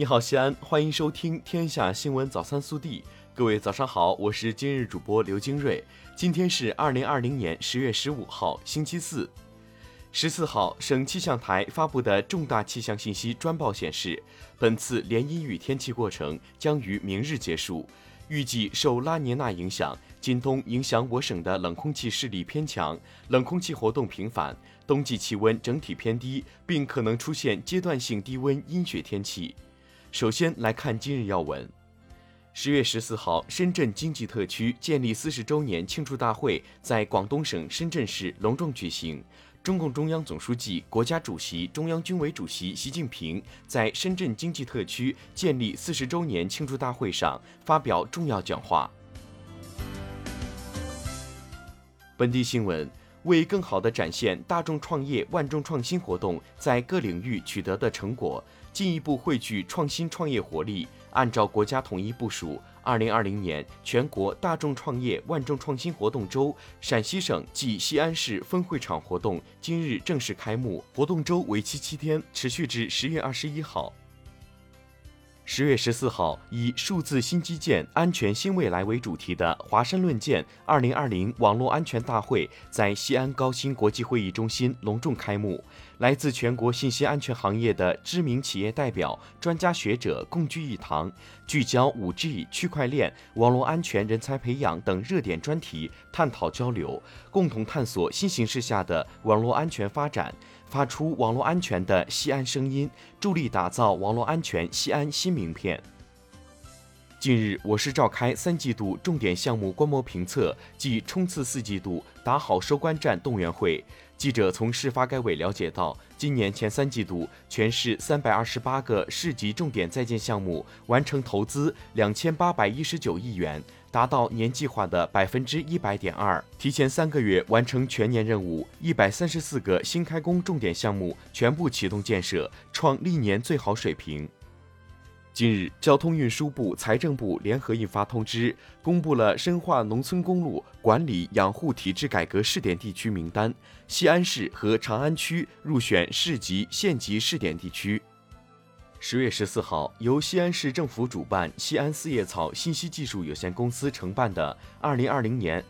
你好，西安，欢迎收听《天下新闻早餐速递》。各位早上好，我是今日主播刘金瑞。今天是2020年10月15号，星期四。14号，省气象台发布的重大气象信息专报显示，本次连阴雨天气过程将于明日结束。预计受拉尼娜影响，今冬影响我省的冷空气势力偏强，冷空气活动频繁，冬季气温整体偏低，并可能出现阶段性低温阴雪天气。首先来看今日要闻。10月14号，深圳经济特区建立40周年庆祝大会在广东省深圳市隆重举行。中共中央总书记、国家主席、中央军委主席习近平在深圳经济特区建立40周年庆祝大会上发表重要讲话。本地新闻。为更好地展现大众创业万众创新活动在各领域取得的成果，进一步汇聚创新创业活力，按照国家统一部署，2020年全国大众创业万众创新活动周陕西省暨西安市分会场活动今日正式开幕，活动周为期7天，持续至10月21号。10月14号，以数字新基建、安全新未来为主题的华山论剑2020网络安全大会在西安高新国际会议中心隆重开幕。来自全国信息安全行业的知名企业代表、专家学者共聚一堂，聚焦 5G、区块链、网络安全人才培养等热点专题探讨交流，共同探索新形势下的网络安全发展，发出网络安全的西安声音，助力打造网络安全西安新名片。近日，我市召开3季度重点项目观摩评测暨冲刺4季度打好收官战动员会。记者从市发改委了解到，今年前3季度，全市328个市级重点在建项目完成投资2819亿元，达到年计划的100.2%，提前3个月完成全年任务，134个新开工重点项目全部启动建设，创历年最好水平。近日，交通运输部、财政部联合印发通知，公布了深化农村公路管理养护体制改革试点地区名单，西安市和长安区入选市级、县级试点地区。10月14号，由西安市政府主办、西安四叶草信息技术有限公司承办的2020年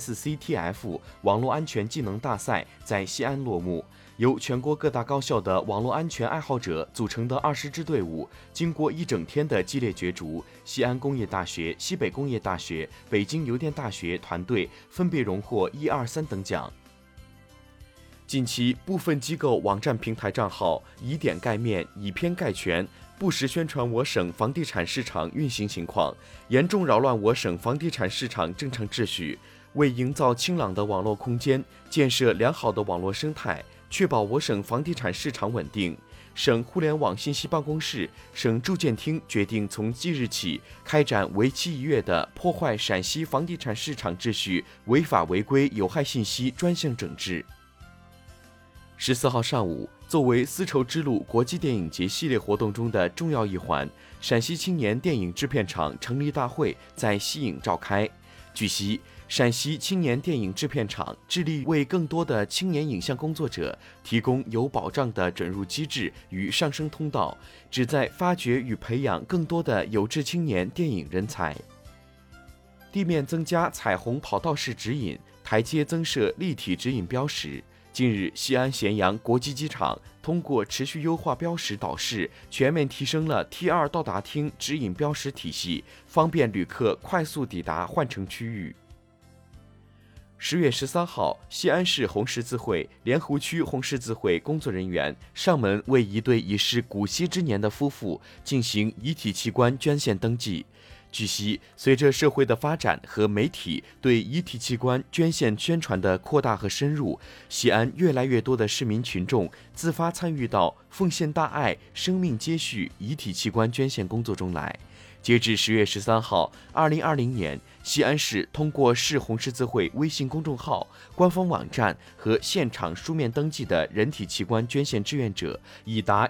SSCTF 网络安全技能大赛在西安落幕。由全国各大高校的网络安全爱好者组成的20支队伍，经过一整天的激烈角逐，西安工业大学、西北工业大学、北京邮电大学团队分别荣获1、2、3等奖。近期，部分机构网站平台账号以点盖面、以偏概全，不实宣传我省房地产市场运行情况，严重扰乱我省房地产市场正常秩序。为营造清朗的网络空间，建设良好的网络生态，确保我省房地产市场稳定，省互联网信息办公室、省住建厅决定从即日起开展为期1月的破坏陕西房地产市场秩序违法违规有害信息专项整治。14号上午，作为丝绸之路国际电影节系列活动中的重要一环，陕西青年电影制片厂成立大会在西影召开。据悉，陕西青年电影制片厂致力为更多的青年影像工作者提供有保障的准入机制与上升通道，旨在发掘与培养更多的有志青年电影人才。地面增加彩虹跑道式指引，台阶增设立体指引标识。近日，西安咸阳国际机场通过持续优化标识导视，全面提升了 T2 到达厅指引标识体系，方便旅客快速抵达换乘区域。10月13号，西安市红十字会、莲湖区红十字会工作人员上门为一对已是古稀之年的夫妇进行遗体器官捐献登记。据悉，随着社会的发展和媒体对遗体器官捐献宣传的扩大和深入，西安越来越多的市民群众自发参与到奉献大爱、生命接续遗体器官捐献工作中来。截至10月13号，2020年，西安市通过市红十字会微信公众号、官方网站和现场书面登记的人体器官捐献志愿者已达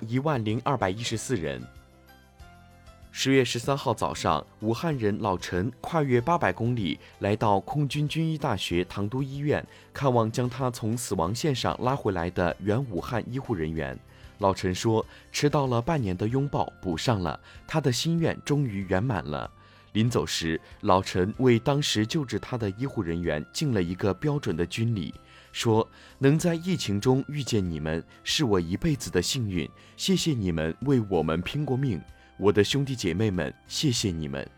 10214人。10月13号早上，武汉人老陈跨越800公里来到空军军医大学唐都医院，看望将他从死亡线上拉回来的原武汉医护人员。 老陈说，迟到了半年的拥抱补上了，他的心愿终于圆满了。临走时，老陈为当时救治他的医护人员敬了一个标准的军礼，说：“能在疫情中遇见你们，是我一辈子的幸运，谢谢你们为我们拼过命，我的兄弟姐妹们，谢谢你们。”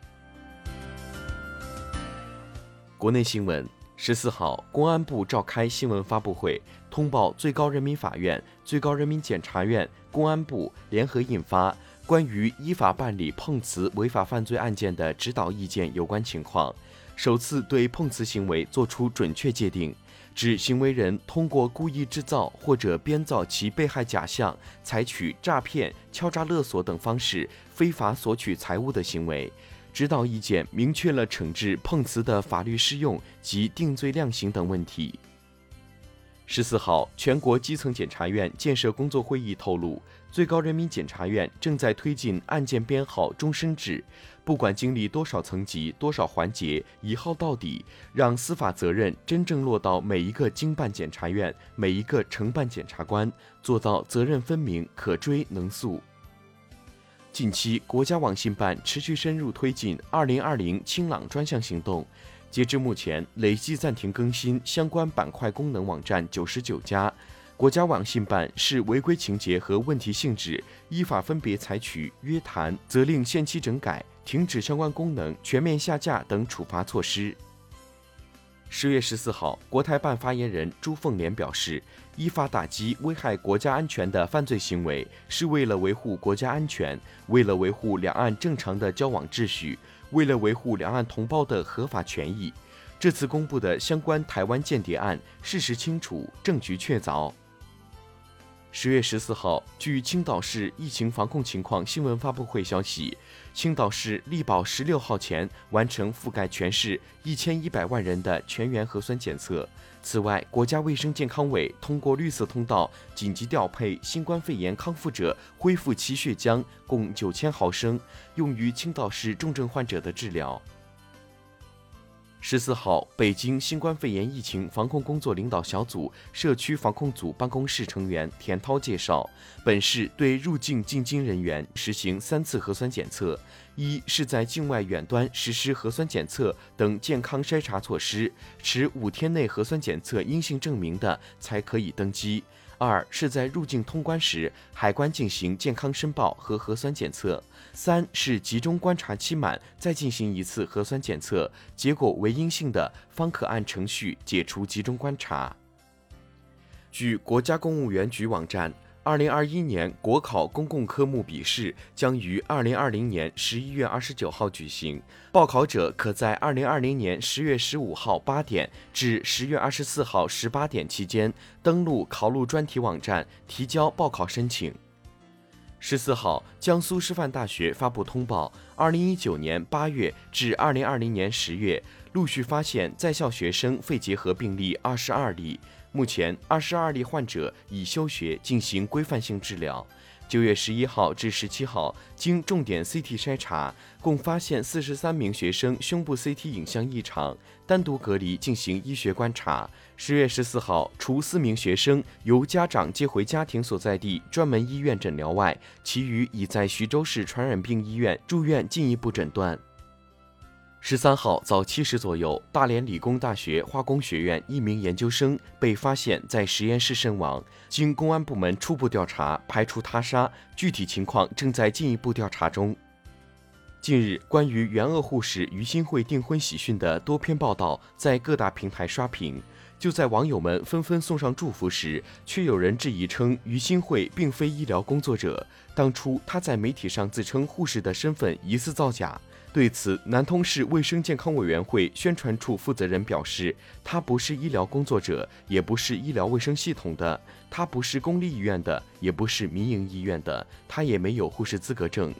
国内新闻：14号，公安部召开新闻发布会，通报最高人民法院、最高人民检察院、公安部联合印发关于依法办理碰瓷违法犯罪案件的指导意见有关情况，首次对碰瓷行为作出准确界定，指行为人通过故意制造或者编造其被害假象，采取诈骗、敲诈勒索等方式非法索取财物的行为。指导意见明确了惩治碰瓷的法律适用及定罪量刑等问题。14号，全国基层检察院建设工作会议透露，最高人民检察院正在推进案件编号终身制，不管经历多少层级、多少环节，一号到底，让司法责任真正落到每一个经办检察院、每一个承办检察官，做到责任分明、可追能诉。近期，国家网信办持续深入推进2020清朗专项行动。截至目前，累计暂停更新相关板块功能网站99家。国家网信办视违规情节和问题性质，依法分别采取约谈、责令限期整改、停止相关功能、全面下架等处罚措施。10月14号，国台办发言人朱凤莲表示，依法打击危害国家安全的犯罪行为，是为了维护国家安全，为了维护两岸正常的交往秩序，为了维护两岸同胞的合法权益。这次公布的相关台湾间谍案，事实清楚，证据确凿。10月14号，据青岛市疫情防控情况新闻发布会消息，青岛市力保16号前完成覆盖全市1100万人的全员核酸检测。此外，国家卫生健康委通过绿色通道紧急调配新冠肺炎康复者恢复期血浆共9000毫升，用于青岛市重症患者的治疗。14号，北京新冠肺炎疫情防控工作领导小组社区防控组办公室成员田涛介绍，本市对入境进京人员实行3次核酸检测，一是在境外远端实施核酸检测等健康筛查措施，持5天内核酸检测阴性证明的才可以登机；二是在入境通关时，海关进行健康申报和核酸检测；三是集中观察期满再进行1次核酸检测，结果为阴性的，方可按程序解除集中观察。据国家公务员局网站，2021年国考公共科目笔试将于2020年11月29号举行，报考者可在2020年10月15号8点至10月24号18点期间登录考录专题网站提交报考申请。14号，江苏师范大学发布通报，2019年8月至2020年10月，陆续发现在校学生肺结核病例22例，目前22例患者已休学进行规范性治疗。9月11号至17号，经重点 CT 筛查，共发现43名学生胸部 CT 影像异常，单独隔离进行医学观察。10月14号，除4名学生由家长接回家庭所在地专门医院诊疗外，其余已在徐州市传染病医院住院进一步诊断。13号早7时左右，大连理工大学化工学院一名研究生被发现在实验室身亡，经公安部门初步调查，排除他杀，具体情况正在进一步调查中。近日，关于援鄂护士于新慧订婚喜讯的多篇报道在各大平台刷屏。就在网友们纷纷送上祝福时，却有人质疑称于新慧并非医疗工作者，当初她在媒体上自称护士的身份疑似造假。对此，南通市卫生健康委员会宣传处负责人表示，她不是医疗工作者，也不是医疗卫生系统的，她不是公立医院的，也不是民营医院的，她也没有护士资格证。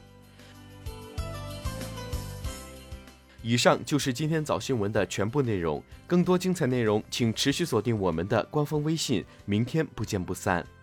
以上就是今天早新闻的全部内容，更多精彩内容请持续锁定我们的官方微信，明天不见不散。